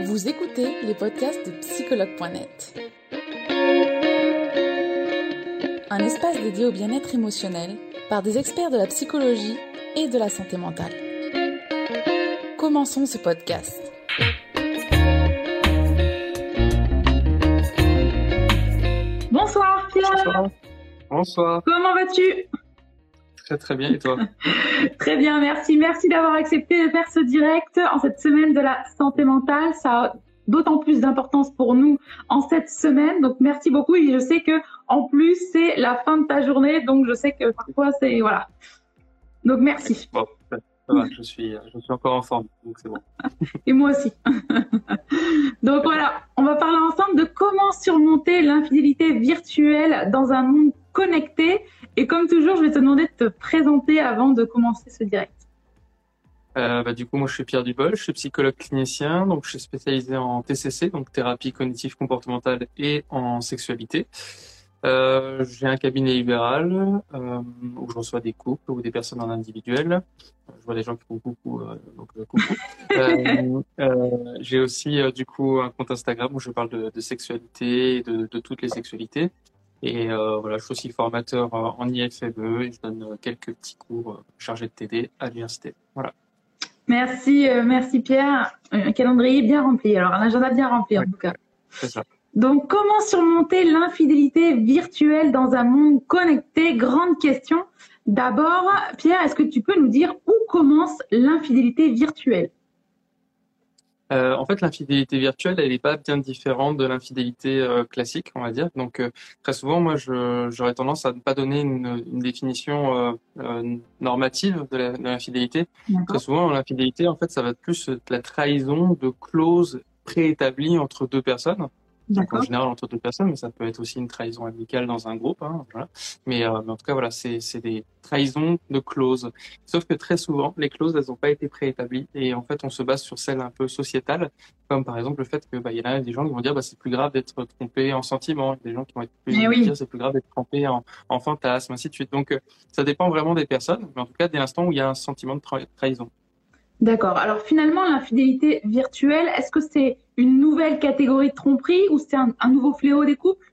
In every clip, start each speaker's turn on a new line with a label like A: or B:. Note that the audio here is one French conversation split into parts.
A: Vous écoutez les podcasts de psychologue.net. Un espace dédié au bien-être émotionnel par des experts de la psychologie et de la santé mentale. Commençons ce podcast.
B: Bonsoir Pierre.
C: Bonsoir.
B: Comment vas-tu?
C: Très bien, et toi?
B: Très bien, merci. Merci d'avoir accepté de faire ce direct en cette semaine de la santé mentale. Ça a d'autant plus d'importance pour nous en cette semaine. Donc merci beaucoup. Et je sais que en plus c'est la fin de ta journée, donc je sais que parfois c'est voilà. Donc merci.
C: Bon, ça va, je suis encore en forme, donc c'est bon.
B: Et moi aussi. Donc voilà, on va parler ensemble de comment surmonter l'infidélité virtuelle dans un monde connecté. Et comme toujours, je vais te demander de te présenter avant de commencer ce direct.
C: Du coup, moi, je suis Pierre Dubol, je suis psychologue clinicien, donc je suis spécialisé en TCC, donc thérapie cognitive comportementale, et en sexualité. J'ai un cabinet libéral où je reçois des couples ou des personnes en individuel. Je vois des gens qui font coucou, donc coucou. J'ai aussi du coup un compte Instagram où je parle de sexualité et de toutes les sexualités. Et voilà, je suis aussi formateur en IFME et je donne quelques petits cours chargés de TD à l'université. Voilà.
B: Merci Pierre. Un calendrier bien rempli. Alors un agenda bien rempli en tout cas.
C: C'est ça.
B: Donc comment surmonter l'infidélité virtuelle dans un monde connecté? Grande question. D'abord, Pierre, est-ce que tu peux nous dire où commence l'infidélité virtuelle?
C: En fait, l'infidélité virtuelle, elle n'est pas bien différente de l'infidélité classique, on va dire. Donc, très souvent, moi, j'aurais tendance à ne pas donner une définition normative de l'infidélité. Très souvent, l'infidélité, en fait, ça va être plus de la trahison de clauses préétablies entre deux personnes. Donc, en général entre deux personnes, mais ça peut être aussi une trahison amicale dans un groupe, hein, voilà. Mais en tout cas, voilà, c'est des trahisons de clauses. Sauf que très souvent, les clauses, elles n'ont pas été préétablies, et en fait, on se base sur celles un peu sociétales, comme par exemple le fait que il y en a des gens qui vont dire c'est plus grave d'être trompé en sentiment, des gens qui vont être dire c'est plus grave d'être trompé en fantasme, ainsi de suite. Donc ça dépend vraiment des personnes, mais en tout cas, dès l'instant où il y a un sentiment de trahison.
B: D'accord. Alors finalement, l'infidélité virtuelle, est-ce que c'est une nouvelle catégorie de tromperie ou c'est un nouveau fléau des couples?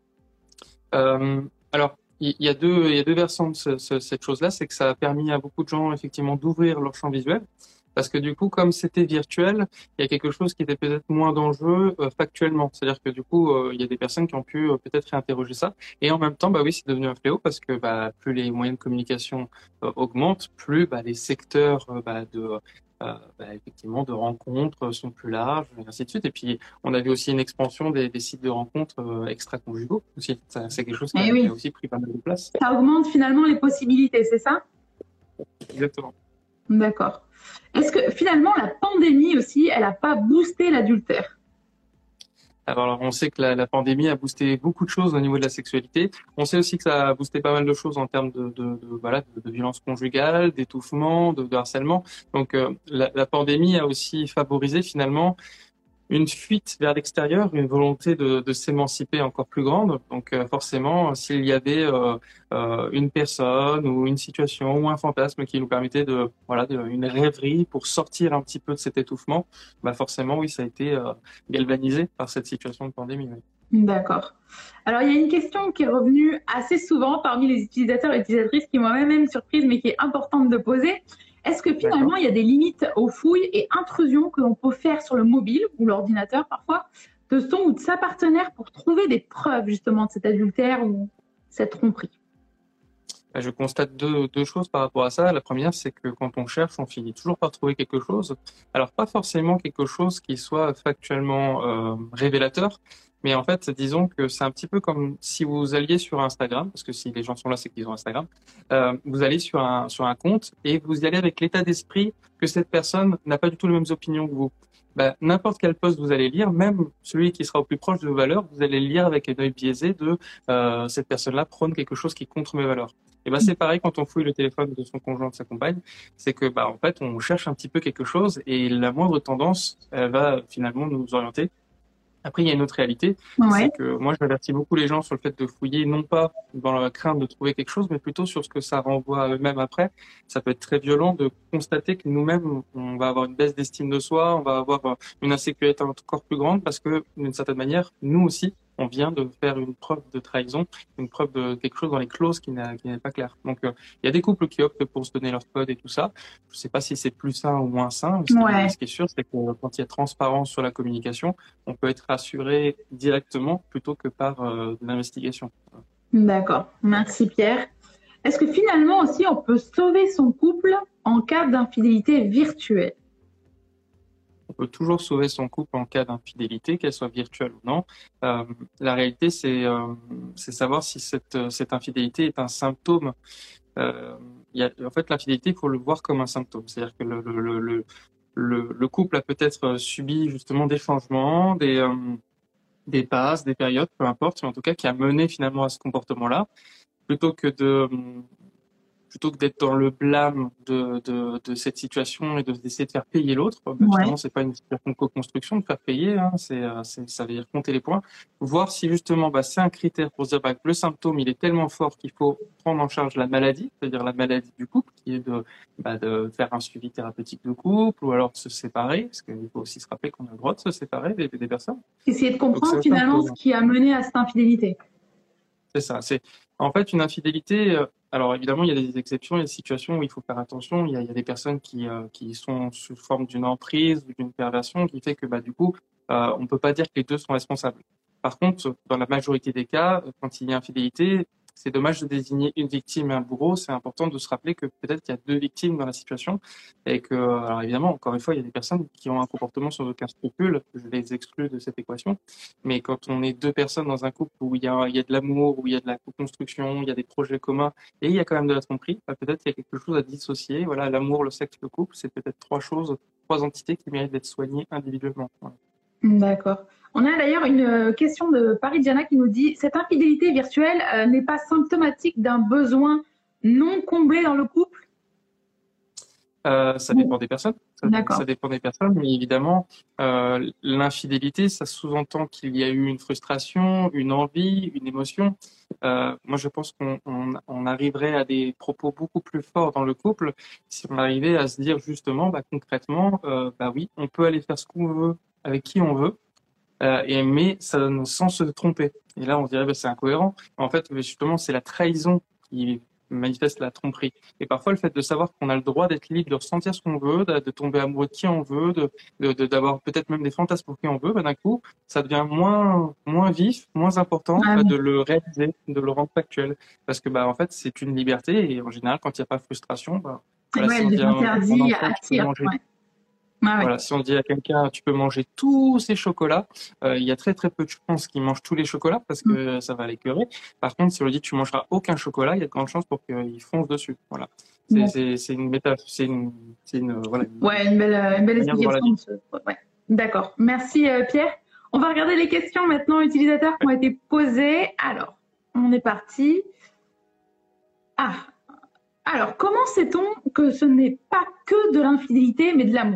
C: Alors, il y a deux versants de cette chose-là, c'est que ça a permis à beaucoup de gens effectivement d'ouvrir leur champ visuel, parce que du coup, comme c'était virtuel, il y a quelque chose qui était peut-être moins dangereux factuellement. C'est-à-dire que du coup, il y a des personnes qui ont pu peut-être réinterroger ça, et en même temps, oui, c'est devenu un fléau parce que plus les moyens de communication augmentent, plus les secteurs effectivement de rencontres sont plus larges, et ainsi de suite. Et puis, on a vu aussi une expansion des sites de rencontres extra-conjugaux aussi. C'est quelque chose qui a aussi pris pas mal de place.
B: Ça augmente finalement les possibilités, c'est ça?
C: Exactement.
B: D'accord. Est-ce que finalement la pandémie aussi, elle n'a pas boosté l'adultère?
C: Alors, on sait que la pandémie a boosté beaucoup de choses au niveau de la sexualité. On sait aussi que ça a boosté pas mal de choses en termes de violence conjugale, d'étouffement, de harcèlement. Donc, la pandémie a aussi favorisé finalement une fuite vers l'extérieur, une volonté de s'émanciper encore plus grande. Donc forcément, s'il y avait une personne ou une situation ou un fantasme qui nous permettait une rêverie pour sortir un petit peu de cet étouffement, forcément, oui, ça a été galvanisé par cette situation de pandémie. Oui.
B: D'accord. Alors, il y a une question qui est revenue assez souvent parmi les utilisateurs et utilisatrices qui m'a même surprise, mais qui est importante de poser. Est-ce que finalement, il y a des limites aux fouilles et intrusions que l'on peut faire sur le mobile ou l'ordinateur parfois de son ou de sa partenaire pour trouver des preuves justement de cet adultère ou cette tromperie?
C: Je constate deux choses par rapport à ça. La première, c'est que quand on cherche, on finit toujours par trouver quelque chose. Alors, pas forcément quelque chose qui soit factuellement révélateur, mais en fait, disons que c'est un petit peu comme si vous alliez sur Instagram, parce que si les gens sont là, c'est qu'ils ont Instagram. Vous allez sur un compte et vous y allez avec l'état d'esprit que cette personne n'a pas du tout les mêmes opinions que vous. N'importe quel post vous allez lire, même celui qui sera au plus proche de vos valeurs, vous allez le lire avec un œil biaisé de cette personne-là prône quelque chose qui est contre mes valeurs. Et c'est pareil quand on fouille le téléphone de son conjoint, de sa compagne, c'est que en fait on cherche un petit peu quelque chose et la moindre tendance elle va finalement nous orienter Après, il y a une autre réalité,
B: Ouais.
C: c'est que moi, j'avertis beaucoup les gens sur le fait de fouiller, non pas dans la crainte de trouver quelque chose, mais plutôt sur ce que ça renvoie à eux-mêmes après. Ça peut être très violent de constater que nous-mêmes, on va avoir une baisse d'estime de soi, on va avoir une insécurité encore plus grande parce que, d'une certaine manière, nous aussi, on vient de faire une preuve de trahison, une preuve de quelque chose dans les clauses qui n'est pas clair. Donc, il y a des couples qui optent pour se donner leur code et tout ça. Je sais pas si c'est plus sain ou moins sain.
B: Ouais.
C: Ce qui est sûr, c'est que quand il y a transparence sur la communication, on peut être rassuré directement plutôt que par l'investigation.
B: D'accord. Merci Pierre. Est-ce que finalement aussi on peut sauver son couple en cas d'infidélité virtuelle?
C: On peut toujours sauver son couple en cas d'infidélité, qu'elle soit virtuelle ou non. La réalité, c'est savoir si cette infidélité est un symptôme. En fait, l'infidélité, il faut le voir comme un symptôme. C'est-à-dire que le couple a peut-être subi justement des changements, des passes, des périodes, peu importe, mais en tout cas qui a mené finalement à ce comportement-là, plutôt que de plutôt que d'être dans le blâme de cette situation et d'essayer de faire payer l'autre.
B: Ouais.
C: Finalement, c'est pas une situation de co-construction de faire payer, hein, ça veut dire compter les points, voir si justement c'est un critère pour se dire que le symptôme il est tellement fort qu'il faut prendre en charge la maladie, c'est-à-dire la maladie du couple, qui est de faire un suivi thérapeutique de couple ou alors de se séparer, parce qu'il faut aussi se rappeler qu'on a le droit de se séparer des personnes.
B: Essayer de
C: Donc
B: comprendre
C: c'est
B: finalement ce qui a mené à cette infidélité.
C: C'est ça. C'est en fait une infidélité. Alors évidemment, il y a des exceptions, il y a des situations où il faut faire attention. Il y a des personnes qui sont sous forme d'une emprise ou d'une perversion qui fait que du coup, on peut pas dire que les deux sont responsables. Par contre, dans la majorité des cas, quand il y a infidélité, c'est dommage de désigner une victime et un bourreau. C'est important de se rappeler que peut-être qu'il y a deux victimes dans la situation et que, alors évidemment, encore une fois, il y a des personnes qui ont un comportement sans aucun scrupule. Je les exclus de cette équation. Mais quand on est deux personnes dans un couple où il y a de l'amour, où il y a de la co-construction, il y a des projets communs et il y a quand même de la tromperie, peut-être qu'il y a quelque chose à dissocier. Voilà, l'amour, le sexe, le couple, c'est peut-être trois entités qui méritent d'être soignées individuellement. Voilà.
B: D'accord. On a d'ailleurs une question de Paris-Diana qui nous dit: cette infidélité virtuelle n'est pas symptomatique d'un besoin non comblé dans le couple?
C: Ça dépend des personnes.
B: D'accord.
C: Ça dépend des personnes, mais évidemment, l'infidélité, ça sous-entend qu'il y a eu une frustration, une envie, une émotion. Moi, je pense qu'on arriverait à des propos beaucoup plus forts dans le couple si on arrivait à se dire justement, concrètement, oui, on peut aller faire ce qu'on veut avec qui on veut, mais ça, sans se tromper. Et là, on se dirait, c'est incohérent. En fait, justement, c'est la trahison qui manifeste la tromperie. Et parfois, le fait de savoir qu'on a le droit d'être libre, de ressentir ce qu'on veut, de tomber amoureux de qui on veut, d'avoir peut-être même des fantasmes pour qui on veut, d'un coup, ça devient moins vif, moins important de le réaliser, de le rendre factuel. Parce que, en fait, c'est une liberté et en général, quand il n'y a pas de frustration, si on dit à un enfant, voilà, si on dit à quelqu'un, tu peux manger tous ces chocolats, il y a très très peu de chances qu'il mange tous les chocolats parce que ça va l'écœurer. Par contre, si on lui dit tu mangeras aucun chocolat, il y a de grandes chances pour qu'il fonce dessus. Voilà. C'est une méthode, voilà.
B: Une belle explication. Ouais. D'accord. Merci Pierre. On va regarder les questions maintenant utilisateurs qui ont été posées. Alors, on est parti. Alors, comment sait-on que ce n'est pas que de l'infidélité, mais de l'amour?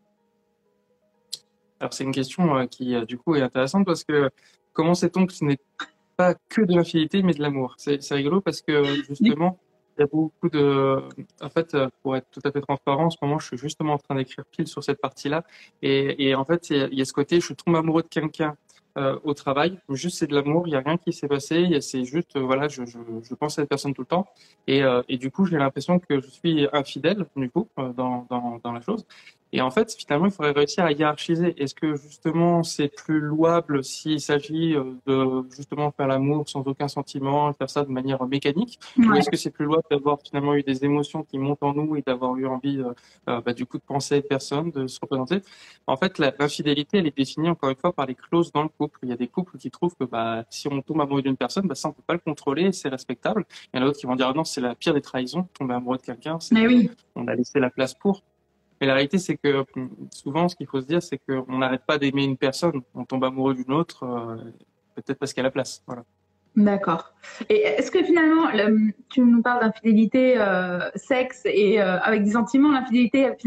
C: Alors, c'est une question qui, du coup, est intéressante parce que comment sait-on que ce n'est pas que de l'infidélité, mais de l'amour? C'est rigolo parce que, justement, il y a beaucoup en fait, pour être tout à fait transparent, en ce moment, je suis justement en train d'écrire pile sur cette partie-là. Et en fait, il y a ce côté, je tombe amoureux de quelqu'un au travail, juste c'est de l'amour, il n'y a rien qui s'est passé, c'est juste, voilà, je pense à cette personne tout le temps. Et du coup, j'ai l'impression que je suis infidèle, du coup, dans la chose. Et en fait, finalement, il faudrait réussir à hiérarchiser. Est-ce que justement, c'est plus louable s'il s'agit de justement faire l'amour sans aucun sentiment, et faire ça de manière mécanique, ou est-ce que c'est plus louable d'avoir finalement eu des émotions qui montent en nous et d'avoir eu envie, du coup, de penser à une personne, de se représenter? En fait, l'infidélité, elle est définie encore une fois par les clauses dans le couple. Il y a des couples qui trouvent que si on tombe amoureux d'une personne, ça on peut pas le contrôler, c'est respectable. Il y en a d'autres qui vont dire non, c'est la pire des trahisons, tomber amoureux de quelqu'un, on a laissé la place pour. Mais la réalité, c'est que souvent, ce qu'il faut se dire, c'est qu'on n'arrête pas d'aimer une personne. On tombe amoureux d'une autre, peut-être parce qu'elle a la place. Voilà.
B: D'accord. Et est-ce que finalement, tu nous parles d'infidélité sexe et avec des sentiments, l'infidélité finalement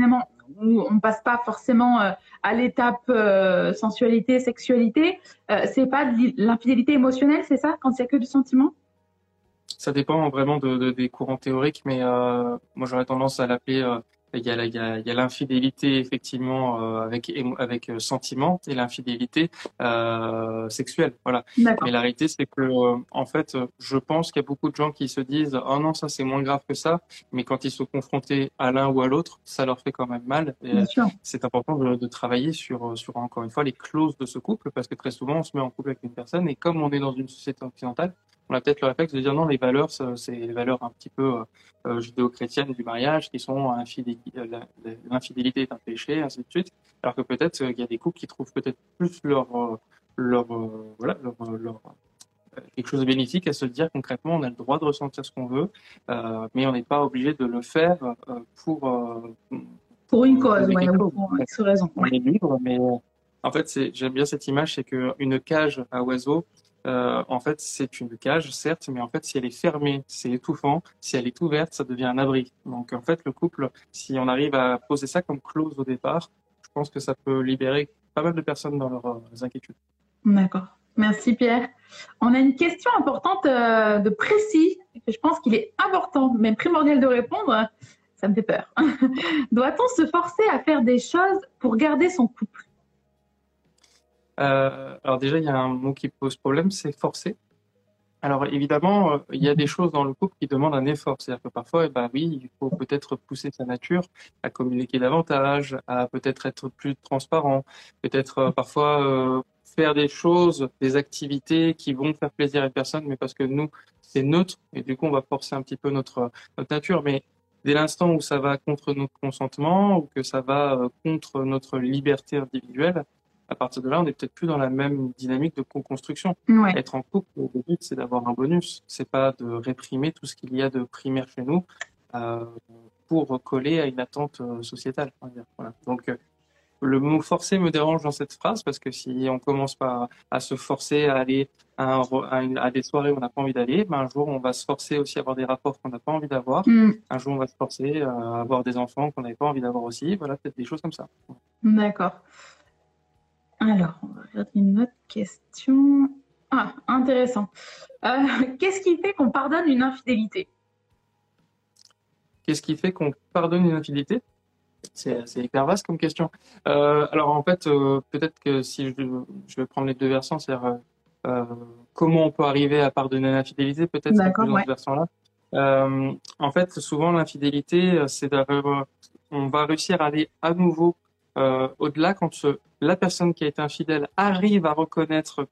B: où on passe pas forcément à l'étape sensualité, sexualité, c'est pas de l'infidélité émotionnelle, c'est ça, quand il y a que du sentiment?
C: Ça dépend vraiment des courants théoriques, mais moi j'aurais tendance à l'appeler. Il y a l'infidélité effectivement avec sentiment et l'infidélité sexuelle. Voilà. Mais
B: D'accord.
C: la réalité c'est que en fait, je pense qu'il y a beaucoup de gens qui se disent oh non ça c'est moins grave que ça, mais quand ils sont confrontés à l'un ou à l'autre, ça leur fait quand même mal. Et,
B: Bien sûr.
C: c'est important de travailler sur encore une fois les clauses de ce couple parce que très souvent on se met en couple avec une personne et comme on est dans une société occidentale on a peut-être le réflexe de dire non, les valeurs, c'est les valeurs un petit peu judéo-chrétiennes du mariage qui sont l'infidélité est un péché, ainsi de suite. Alors que peut-être il y a des couples qui trouvent peut-être plus quelque chose de bénéfique à se dire concrètement, on a le droit de ressentir ce qu'on veut, mais on n'est pas obligé de le faire pour
B: Pour une cause,
C: poser
B: ouais,
C: quelque
B: ou
C: chose.
B: pour X raison.
C: On
B: Ouais.
C: est libre, mais en fait, j'aime bien cette image, c'est qu'une cage à oiseaux, en fait, c'est une cage, certes, mais en fait, si elle est fermée, c'est étouffant. Si elle est ouverte, ça devient un abri. Donc, en fait, le couple, si on arrive à poser ça comme clause au départ, je pense que ça peut libérer pas mal de personnes dans leurs inquiétudes.
B: D'accord. Merci Pierre. On a une question importante de précis, que je pense qu'il est important, mais primordial de répondre. Ça me fait peur. Doit-on se forcer à faire des choses pour garder son couple?
C: Alors déjà, il y a un mot qui pose problème, c'est forcer. Alors évidemment, il y a des choses dans le couple qui demandent un effort. C'est-à-dire que parfois, eh ben oui, il faut peut-être pousser sa nature à communiquer davantage, à peut-être être plus transparent, peut-être parfois faire des choses, des activités qui vont faire plaisir à une personne, mais parce que nous, c'est neutre et du coup, on va forcer un petit peu notre nature. Mais dès l'instant où ça va contre notre consentement ou que ça va contre notre liberté individuelle, à partir de là, on n'est peut-être plus dans la même dynamique de co-construction.
B: Ouais.
C: Être en couple, le but, c'est d'avoir un bonus. C'est pas de réprimer tout ce qu'il y a de primaire chez nous euh, pour coller à une attente sociétale. On va dire. Voilà. Donc, le mot forcer me dérange dans cette phrase parce que si on commence à se forcer à aller à des soirées où on n'a pas envie d'aller, ben un jour on va se forcer aussi à avoir des rapports qu'on n'a pas envie d'avoir. Un jour on va se forcer à avoir des enfants qu'on n'avait pas envie d'avoir aussi. Voilà, peut-être des choses comme ça.
B: D'accord. Alors, on va regarder une autre question. Ah, intéressant. Qu'est-ce qui fait qu'on pardonne une infidélité?
C: Qu'est-ce qui fait qu'on pardonne une infidélité? C'est hyper vaste comme question. Alors en fait, peut-être que si je vais prendre les deux versants, c'est-à-dire comment on peut arriver à pardonner l'infidélité, peut-être c'est plus dans ce versant-là. En fait, souvent l'infidélité, on va réussir à aller à nouveau au-delà quand la personne qui a été infidèle arrive à reconnaître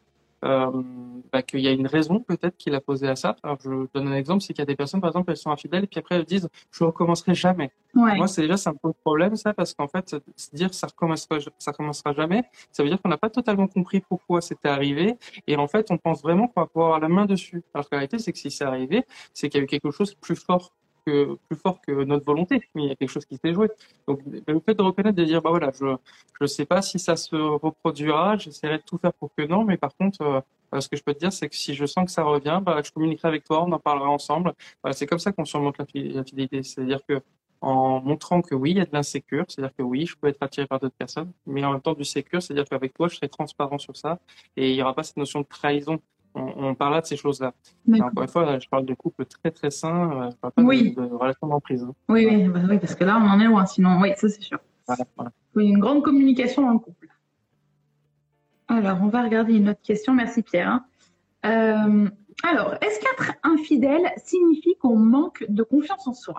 C: qu'il y a une raison peut-être qui l'a posé à ça. Alors je donne un exemple, c'est qu'il y a des personnes par exemple elles sont infidèles et puis après elles disent je recommencerai jamais.
B: Ouais.
C: Moi c'est un peu le problème ça parce qu'en fait se dire ça recommencera jamais, ça veut dire qu'on n'a pas totalement compris pourquoi c'était arrivé et en fait on pense vraiment qu'on va pouvoir avoir la main dessus. Alors que la réalité c'est que si c'est arrivé, c'est qu'il y a eu quelque chose de plus fort que notre volonté. Il y a quelque chose qui s'est joué. Donc, le fait de reconnaître, de dire, bah voilà, je sais pas si ça se reproduira, j'essaierai de tout faire pour que non, mais par contre, ce que je peux te dire, c'est que si je sens que ça revient, bah, je communiquerai avec toi, on en parlera ensemble. Voilà, c'est comme ça qu'on surmonte l'infidélité. C'est-à-dire que, en montrant que oui, il y a de l'insécure, c'est-à-dire que oui, je peux être attiré par d'autres personnes, mais en même temps du sécure, c'est-à-dire qu'avec toi, je serai transparent sur ça et il n'y aura pas cette notion de trahison. On parlera de ces choses-là. Encore une fois, je parle de couple très très sain, je parle pas de relation d'emprise. Hein.
B: Oui, oui, parce que là, on en est loin, sinon, oui, ça c'est sûr.
C: Voilà.
B: Il faut une grande communication dans le couple. Alors, on va regarder une autre question. Merci Pierre. Alors, est-ce qu'être infidèle signifie qu'on manque de confiance en soi?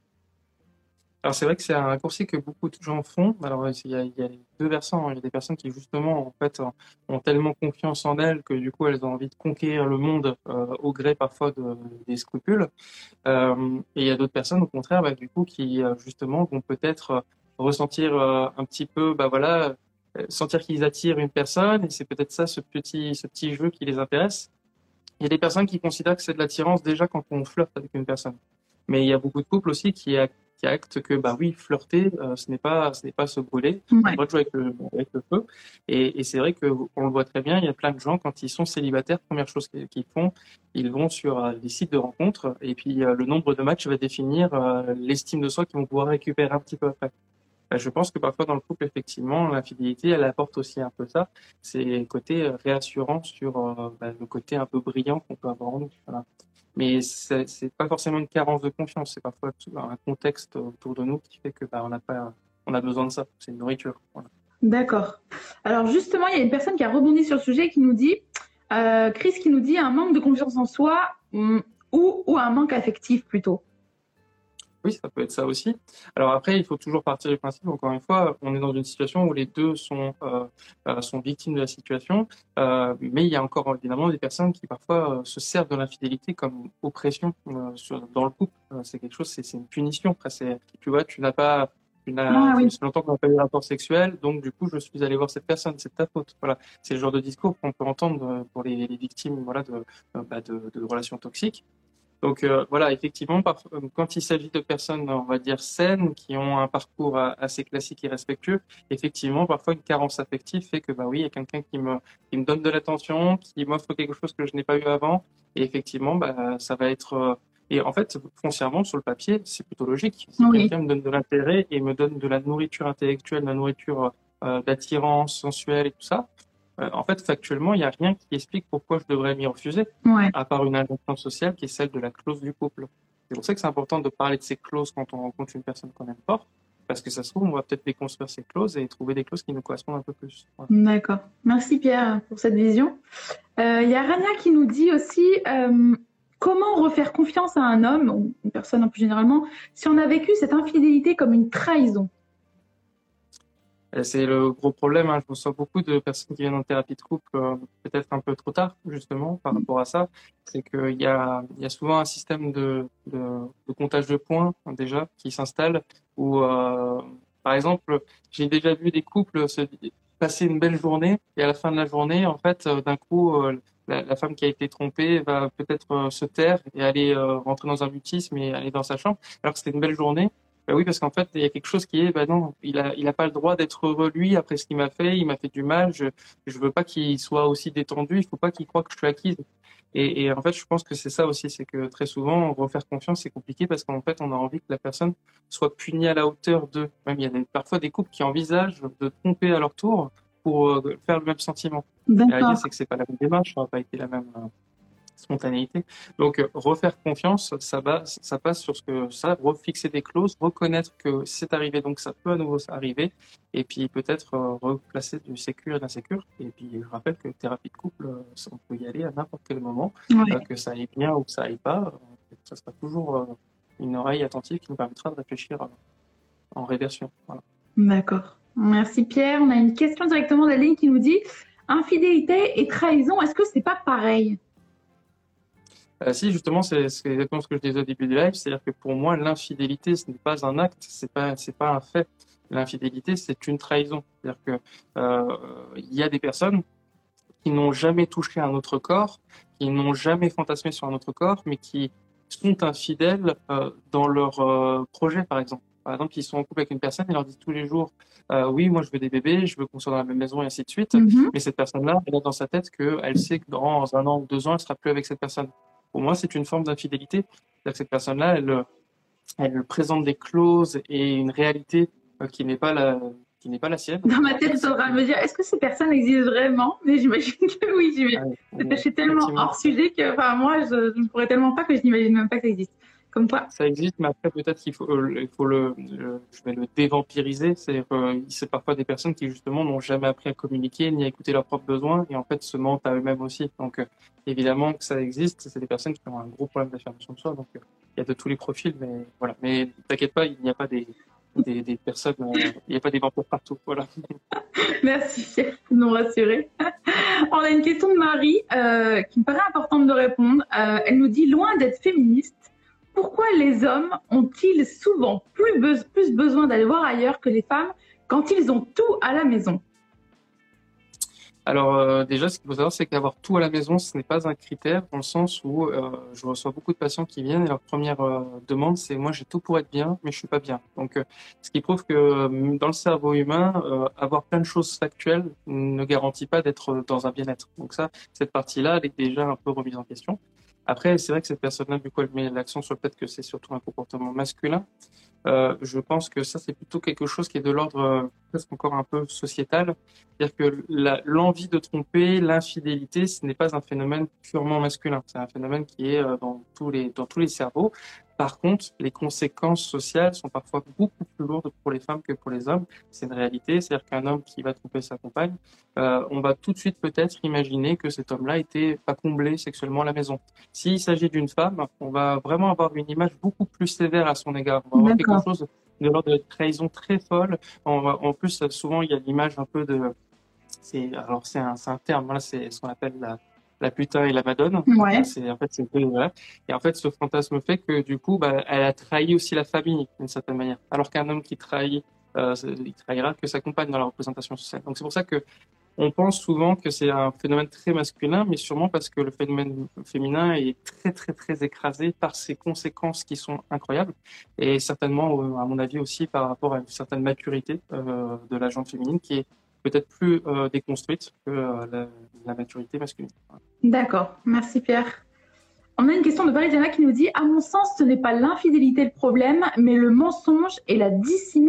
C: Alors c'est vrai que c'est un raccourci que beaucoup de gens font. Alors il y a les deux versants. Il y a des personnes qui justement en fait ont tellement confiance en elles que du coup elles ont envie de conquérir le monde au gré parfois des scrupules. Et il y a d'autres personnes au contraire du coup qui justement vont peut-être ressentir un petit peu sentir qu'ils attirent une personne et c'est peut-être ça ce petit jeu qui les intéresse. Il y a des personnes qui considèrent que c'est de l'attirance déjà quand on flirte avec une personne. Mais il y a beaucoup de couples aussi qui actent que oui, flirter, ce n'est pas se brûler, on a le droit de jouer avec le feu. Et c'est vrai que on le voit très bien, il y a plein de gens quand ils sont célibataires, première chose qu'ils font, ils vont sur des sites de rencontres et puis le nombre de matchs va définir l'estime de soi qu'ils vont pouvoir récupérer un petit peu après. je pense que parfois dans le couple, effectivement, l'infidélité, elle apporte aussi un peu ça. C'est le côté réassurant sur le côté un peu brillant qu'on peut avoir en nous. Voilà. Mais c'est pas forcément une carence de confiance, c'est parfois un contexte autour de nous qui fait que on a besoin de ça. C'est une nourriture. Voilà.
B: D'accord. Alors justement, il y a une personne qui a rebondi sur le sujet qui nous dit, Chris qui nous dit un manque de confiance en soi ou un manque affectif plutôt.
C: Oui, ça peut être ça aussi. Alors après, il faut toujours partir du principe, encore une fois, on est dans une situation où les deux sont victimes de la situation, mais il y a encore évidemment des personnes qui parfois se servent de l'infidélité comme oppression dans le couple. C'est quelque chose, c'est une punition. Après, tu vois, ça fait longtemps qu'on n'a pas eu de rapport sexuel, donc du coup, je suis allé voir cette personne, c'est ta faute. Voilà, c'est le genre de discours qu'on peut entendre pour les victimes, voilà, de relations toxiques. Donc voilà, effectivement, quand il s'agit de personnes, on va dire, saines, qui ont un parcours assez classique et respectueux, effectivement, parfois une carence affective fait que, oui, il y a quelqu'un qui me donne de l'attention, qui m'offre quelque chose que je n'ai pas eu avant, et effectivement, ça va être... et en fait, foncièrement, sur le papier, c'est plutôt logique. Si quelqu'un me donne de l'intérêt et me donne de la nourriture intellectuelle, de la nourriture d'attirance sensuelle et tout ça, en fait, factuellement, il n'y a rien qui explique pourquoi je devrais m'y refuser, à part une injonction sociale qui est celle de la clause du couple. C'est pour ça que c'est important de parler de ces clauses quand on rencontre une personne qu'on aime fort, parce que ça se trouve, on va peut-être déconstruire ces clauses et trouver des clauses qui nous correspondent un peu plus. Voilà.
B: D'accord. Merci Pierre pour cette vision. Il y a Rania qui nous dit aussi comment refaire confiance à un homme, ou une personne plus généralement, si on a vécu cette infidélité comme une trahison.
C: C'est le gros problème. Je reçois beaucoup de personnes qui viennent en thérapie de couple, peut-être un peu trop tard, justement, par rapport à ça. C'est qu'il y a souvent un système de comptage de points, déjà, qui s'installe, où, par exemple, j'ai déjà vu des couples passer une belle journée, et à la fin de la journée, en fait, d'un coup, la femme qui a été trompée va peut-être se taire et aller rentrer dans un mutisme et aller dans sa chambre, alors que c'était une belle journée. Oui, parce qu'en fait, il y a quelque chose qui est, non, il a pas le droit d'être heureux lui après ce qu'il m'a fait du mal. Je veux pas qu'il soit aussi détendu. Il faut pas qu'il croie que je suis acquise. Et en fait, je pense que c'est ça aussi, c'est que très souvent, refaire confiance, c'est compliqué parce qu'en fait, on a envie que la personne soit punie à la hauteur d'eux. Même il y a parfois des couples qui envisagent de tromper à leur tour pour faire le même sentiment. Et la réalité, c'est que c'est pas la même démarche, ça n'a pas été la même spontanéité. Donc, refaire confiance, ça passe sur refixer des clauses, reconnaître que c'est arrivé, donc ça peut à nouveau arriver, et puis peut-être replacer du sécure et de l'insécure. Et puis, je rappelle que thérapie de couple, on peut y aller à n'importe quel moment, que ça aille bien ou que ça aille pas, ça sera toujours une oreille attentive qui nous permettra de réfléchir en réversion. Voilà.
B: D'accord. Merci Pierre. On a une question directement d'Aline qui nous dit infidélité et trahison, est-ce que c'est pas pareil?
C: Si, justement, c'est exactement ce que je disais au début du live, c'est-à-dire que pour moi, l'infidélité, ce n'est pas un acte, c'est pas un fait. L'infidélité, c'est une trahison. C'est-à-dire que il y a des personnes qui n'ont jamais touché un autre corps, qui n'ont jamais fantasmé sur un autre corps, mais qui sont infidèles dans leur projet, par exemple. Par exemple, ils sont en couple avec une personne et leur disent tous les jours oui, moi je veux des bébés, je veux qu'on soit dans la même maison et ainsi de suite. Mais cette personne-là, elle a dans sa tête qu'elle sait que dans 1 an ou 2 ans, elle sera plus avec cette personne. Pour moi, c'est une forme d'infidélité. C'est-à-dire que cette personne-là, elle présente des clauses et une réalité qui n'est pas la sienne.
B: Dans ma tête, ça va me dire, est-ce que ces personnes existent vraiment? Mais j'imagine que oui. Je suis tellement hors sujet que, moi, je ne pourrais tellement pas que je n'imagine même pas que ça existe. Comme toi.
C: Ça existe, mais après, peut-être qu'il faut je vais le dévampiriser. C'est parfois des personnes qui, justement, n'ont jamais appris à communiquer ni à écouter leurs propres besoins et, en fait, se mentent à eux-mêmes aussi. Donc, évidemment que ça existe. C'est des personnes qui ont un gros problème d'affirmation de soi. Donc, il y a de tous les profils, mais voilà. Mais t'inquiète pas, il n'y a pas des personnes, il n'y a pas des vampires partout. Voilà.
B: Merci de nous rassurer. On a une question de Marie qui me paraît importante de répondre. Elle nous dit, loin d'être féministe, pourquoi les hommes ont-ils souvent plus besoin d'aller voir ailleurs que les femmes quand ils ont tout à la maison?
C: Alors déjà, ce qu'il faut savoir, c'est qu'avoir tout à la maison, ce n'est pas un critère, dans le sens où je reçois beaucoup de patients qui viennent et leur première demande, c'est moi j'ai tout pour être bien, mais je suis pas bien. Donc, ce qui prouve que dans le cerveau humain, avoir plein de choses factuelles ne garantit pas d'être dans un bien-être. Donc ça, cette partie-là, elle est déjà un peu remise en question. Après, c'est vrai que cette personne-là, du coup, elle met l'accent sur le fait que c'est surtout un comportement masculin. Je pense que ça, c'est plutôt quelque chose qui est de l'ordre presque encore un peu sociétal. C'est-à-dire que l'envie de tromper, l'infidélité, ce n'est pas un phénomène purement masculin. C'est un phénomène qui est dans tous les cerveaux. Par contre, les conséquences sociales sont parfois beaucoup plus lourdes pour les femmes que pour les hommes. C'est une réalité. C'est-à-dire qu'un homme qui va tromper sa compagne, on va tout de suite peut-être imaginer que cet homme-là était pas comblé sexuellement à la maison. S'il s'agit d'une femme, on va vraiment avoir une image beaucoup plus sévère à son égard. On va avoir quelque chose de l'ordre de trahison très folle. En plus, souvent, il y a l'image un peu de... c'est un terme, voilà, c'est ce qu'on appelle la putain et la madone.
B: Ouais.
C: Voilà. Et en fait, ce fantasme fait que du coup, elle a trahi aussi la famille d'une certaine manière. Alors qu'un homme qui trahit, il trahira que sa compagne dans la représentation sociale. Donc c'est pour ça que on pense souvent que c'est un phénomène très masculin, mais sûrement parce que le phénomène féminin est très, très, très écrasé par ses conséquences qui sont incroyables. Et certainement, à mon avis aussi, par rapport à une certaine maturité de la gente féminine qui est peut-être plus déconstruite que la maturité masculine.
B: D'accord, merci Pierre. On a une question de Valériana qui nous dit « À mon sens, ce n'est pas l'infidélité le problème, mais le mensonge et la dissimulation. »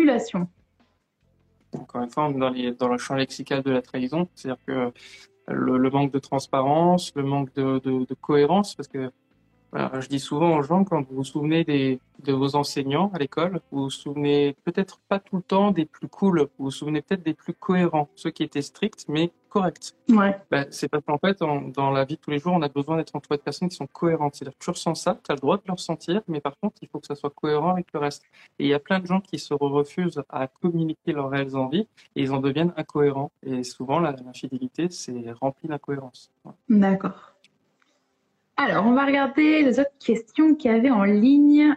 C: Encore une fois, dans le champ lexical de la trahison, c'est-à-dire que le manque de transparence, le manque de cohérence, parce que voilà, je dis souvent aux gens, quand vous vous souvenez de vos enseignants à l'école, vous vous souvenez peut-être pas tout le temps des plus cool, vous vous souvenez peut-être des plus cohérents, ceux qui étaient stricts mais corrects.
B: Ouais.
C: C'est parce qu'en fait, dans la vie de tous les jours, on a besoin d'être entouré de personnes qui sont cohérentes. C'est-à-dire que tu ressens ça, tu as le droit de le ressentir, mais par contre, il faut que ça soit cohérent avec le reste. Et il y a plein de gens qui se refusent à communiquer leurs réelles envies et ils en deviennent incohérents. Et souvent, l'infidélité, c'est rempli d'incohérence. Voilà.
B: D'accord. Alors, on va regarder les autres questions qu'il y avait en ligne.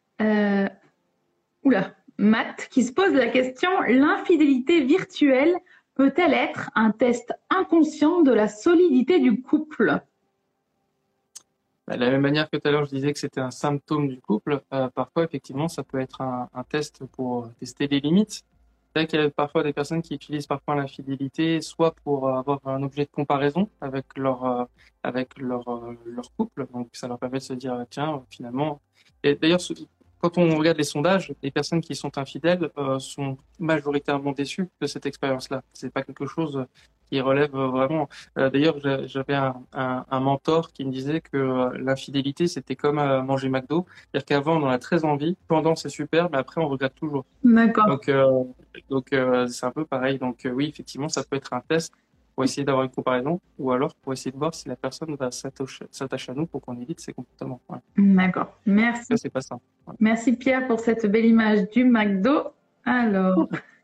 B: Matt qui se pose la question « L'infidélité virtuelle peut-elle être un test inconscient de la solidité du couple ?»
C: De la même manière que tout à l'heure, je disais que c'était un symptôme du couple, parfois, effectivement, ça peut être un test pour tester les limites. C'est vrai qu'il y a parfois des personnes qui utilisent parfois l'infidélité, soit pour avoir un objet de comparaison avec leur couple, donc ça leur permet de se dire tiens finalement. Et d'ailleurs, quand on regarde les sondages, les personnes qui sont infidèles sont majoritairement déçues de cette expérience-là. C'est pas quelque chose qui relève vraiment. D'ailleurs, j'avais un mentor qui me disait que l'infidélité c'était comme manger McDo, c'est-à-dire qu'avant on en a très envie, pendant c'est super, mais après on regrette toujours.
B: D'accord.
C: Donc c'est un peu pareil. Donc oui, effectivement, ça peut être un test pour essayer d'avoir une comparaison ou alors pour essayer de voir si la personne va s'attacher à nous pour qu'on évite ses comportements. Ouais.
B: D'accord, merci.
C: Ça, c'est pas ça. Ouais.
B: Merci Pierre pour cette belle image du McDo. Alors,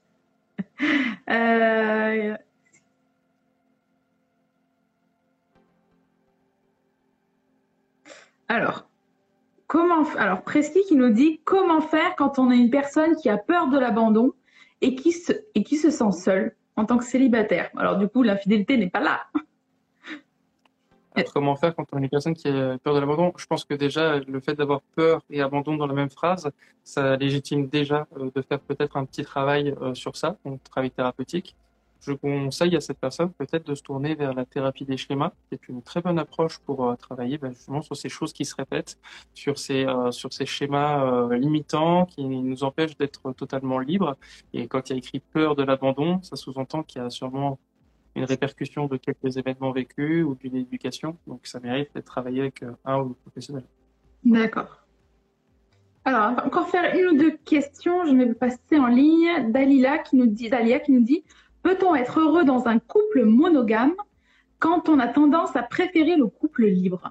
B: alors Preski qui nous dit comment faire quand on a une personne qui a peur de l'abandon et qui se sent seule en tant que célibataire. Alors du coup, l'infidélité n'est pas là.
C: Alors, comment faire quand on a une personne qui a peur de l'abandon? Je pense que déjà, le fait d'avoir peur et abandon dans la même phrase, ça légitime déjà de faire peut-être un petit travail sur ça, un travail thérapeutique. Je conseille à cette personne peut-être de se tourner vers la thérapie des schémas, qui est une très bonne approche pour travailler justement sur ces choses qui se répètent, sur ces schémas limitants qui nous empêchent d'être totalement libres. Et quand il y a écrit peur de l'abandon, ça sous-entend qu'il y a sûrement une répercussion de quelques événements vécus ou d'une éducation. Donc, ça mérite d'être travaillé avec un ou deux professionnels.
B: D'accord. Alors, on va encore faire une ou deux questions. Je vais passer en ligne. Dalia qui nous dit peut-on être heureux dans un couple monogame quand on a tendance à préférer le couple libre?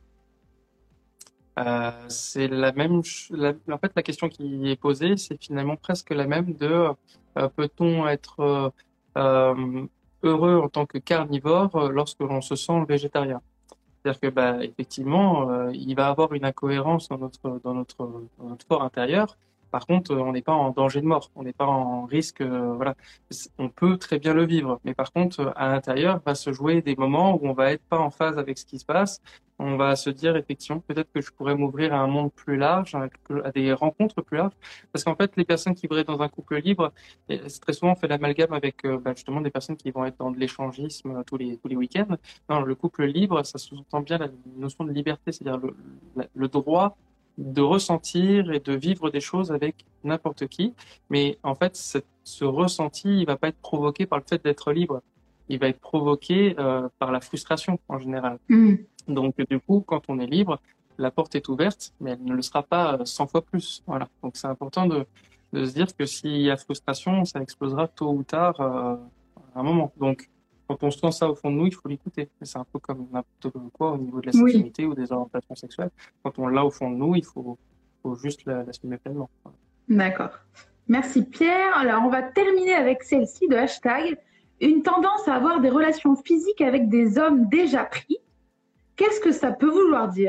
C: C'est la même. En fait, la question qui est posée, c'est finalement presque la même de peut-on être heureux en tant que carnivore lorsque l'on se sent végétarien. C'est-à-dire que effectivement, il va avoir une incohérence dans notre corps intérieur. Par contre, on n'est pas en danger de mort, on n'est pas en risque. Voilà, on peut très bien le vivre, mais par contre, à l'intérieur, va se jouer des moments où on va être pas en phase avec ce qui se passe. On va se dire effectivement, peut-être que je pourrais m'ouvrir à un monde plus large, à des rencontres plus larges, parce qu'en fait, les personnes qui vivraient dans un couple libre, très souvent, on fait l'amalgame avec justement des personnes qui vont être dans de l'échangisme tous les week-ends. Non, le couple libre, ça sous-entend bien la notion de liberté, c'est-à-dire le droit de ressentir et de vivre des choses avec n'importe qui. Mais en fait, ce ressenti, il va pas être provoqué par le fait d'être libre. Il va être provoqué par la frustration en général. Donc du coup, quand on est libre, la porte est ouverte, mais elle ne le sera pas 100 fois plus. Voilà. Donc c'est important de se dire que s'il y a frustration, ça explosera tôt ou tard à un moment. Donc quand on sent ça au fond de nous, il faut l'écouter. C'est un peu comme n'importe quoi au niveau de la sexualité ou des orientations sexuelles. Quand on l'a au fond de nous, il faut juste l'assumer pleinement.
B: D'accord. Merci Pierre. Alors on va terminer avec celle-ci de hashtag. Une tendance à avoir des relations physiques avec des hommes déjà pris. Qu'est-ce que ça peut vouloir dire ?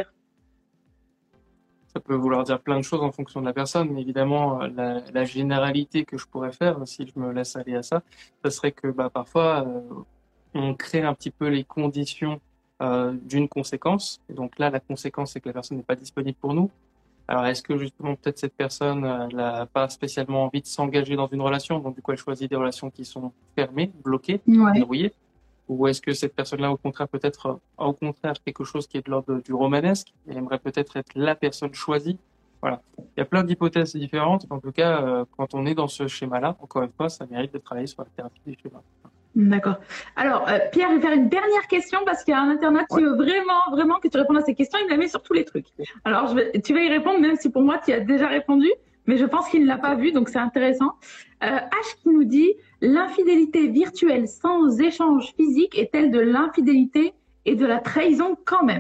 C: Ça peut vouloir dire plein de choses en fonction de la personne, mais évidemment, la généralité que je pourrais faire, si je me laisse aller à ça, ça serait que parfois, on crée un petit peu les conditions d'une conséquence. Et donc là, la conséquence, c'est que la personne n'est pas disponible pour nous. Alors, est-ce que justement, peut-être cette personne n'a pas spécialement envie de s'engager dans une relation, donc du coup, elle choisit des relations qui sont fermées, bloquées, verrouillées, ou est-ce que cette personne-là, au contraire, peut-être au contraire quelque chose qui est de l'ordre du romanesque et aimerait peut-être être la personne choisie. Voilà. Il y a plein d'hypothèses différentes. En tout cas, quand on est dans ce schéma-là, encore une fois, ça mérite de travailler sur la thérapie des schémas.
B: D'accord. Alors, Pierre, je vais faire une dernière question parce qu'il y a un internaute qui veut vraiment que tu répondes à ces questions. Il me la met sur tous les trucs. Alors, tu vas y répondre, même si pour moi, tu y as déjà répondu, mais je pense qu'il ne l'a pas vu, donc c'est intéressant. H qui nous dit « L'infidélité virtuelle sans échange physique est-elle de l'infidélité et de la trahison quand même ?»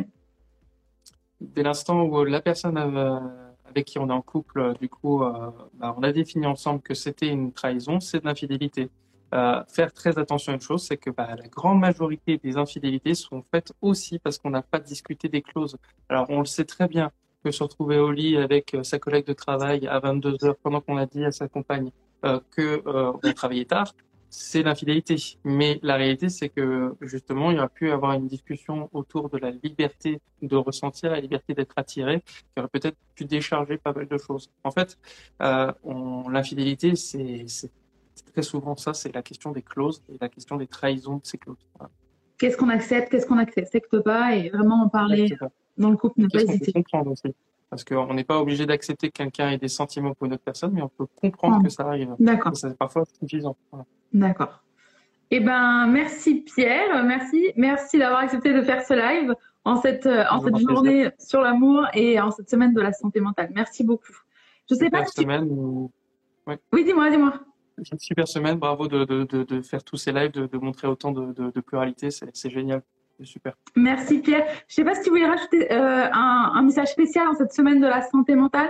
C: Dès l'instant où la personne avec qui on est en couple, du coup, on a défini ensemble que c'était une trahison, c'est de l'infidélité. Faire très attention à une chose, c'est que la grande majorité des infidélités sont faites aussi parce qu'on n'a pas discuté des clauses. Alors, on le sait très bien que se retrouver au lit avec sa collègue de travail à 22h pendant qu'on a dit à sa compagne qu'on travaillait tard, c'est l'infidélité. Mais la réalité, c'est que justement, il y aurait pu avoir une discussion autour de la liberté de ressentir, la liberté d'être attiré, qui aurait peut-être pu décharger pas mal de choses. En fait, l'infidélité, c'est très souvent ça, c'est la question des clauses et la question des trahisons de ces clauses. Voilà.
B: Qu'est-ce qu'on accepte, qu'est-ce qu'on n'accepte pas, et vraiment en parler dans le couple, ne pas hésiter.
C: Qu'on peut comprendre aussi. Parce qu'on n'est pas obligé d'accepter que quelqu'un ait des sentiments pour une autre personne, mais on peut comprendre que ça arrive.
B: D'accord.
C: C'est parfois suffisant. Voilà.
B: D'accord. Eh ben, merci Pierre, merci d'avoir accepté de faire ce live en cette journée sur l'amour et en cette semaine de la santé mentale. Merci beaucoup. Je sais pas si Oui, dis-moi.
C: C'est une super semaine, bravo de faire tous ces lives, de montrer autant de pluralité, c'est génial, c'est super.
B: Merci Pierre. Je ne sais pas si tu voulais rajouter un message spécial en cette semaine de la santé mentale.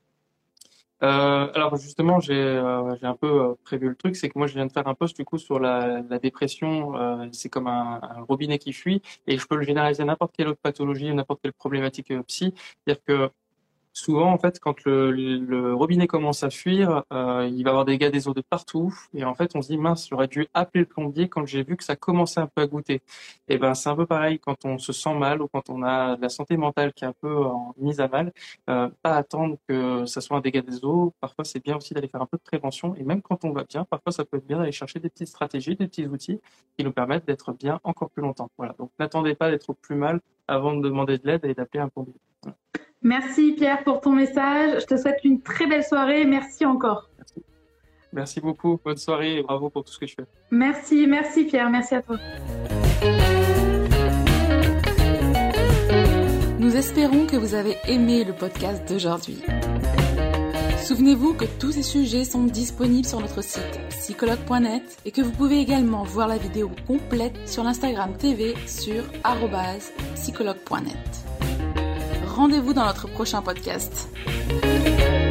C: Alors justement, j'ai un peu prévu le truc, c'est que moi je viens de faire un post du coup sur la dépression, c'est comme un robinet qui fuit et je peux le généraliser à n'importe quelle autre pathologie, n'importe quelle problématique psy, c'est-à-dire que souvent, en fait, quand le robinet commence à fuir, il va y avoir des dégâts des eaux de partout. Et en fait, on se dit, mince, j'aurais dû appeler le plombier quand j'ai vu que ça commençait un peu à goûter. Et c'est un peu pareil quand on se sent mal ou quand on a de la santé mentale qui est un peu mise à mal. Pas attendre que ça soit un dégât des eaux. Parfois, c'est bien aussi d'aller faire un peu de prévention. Et même quand on va bien, parfois, ça peut être bien d'aller chercher des petites stratégies, des petits outils qui nous permettent d'être bien encore plus longtemps. Voilà. Donc, n'attendez pas d'être au plus mal avant de demander de l'aide et d'appeler un plombier. Voilà.
B: Merci Pierre pour ton message. Je te souhaite une très belle soirée. Merci encore.
C: Merci beaucoup. Bonne soirée et bravo pour tout ce que tu fais.
B: Merci Pierre. Merci à toi.
A: Nous espérons que vous avez aimé le podcast d'aujourd'hui. Souvenez-vous que tous ces sujets sont disponibles sur notre site psychologue.net et que vous pouvez également voir la vidéo complète sur l'Instagram TV sur @psychologue.net. Rendez-vous dans notre prochain podcast.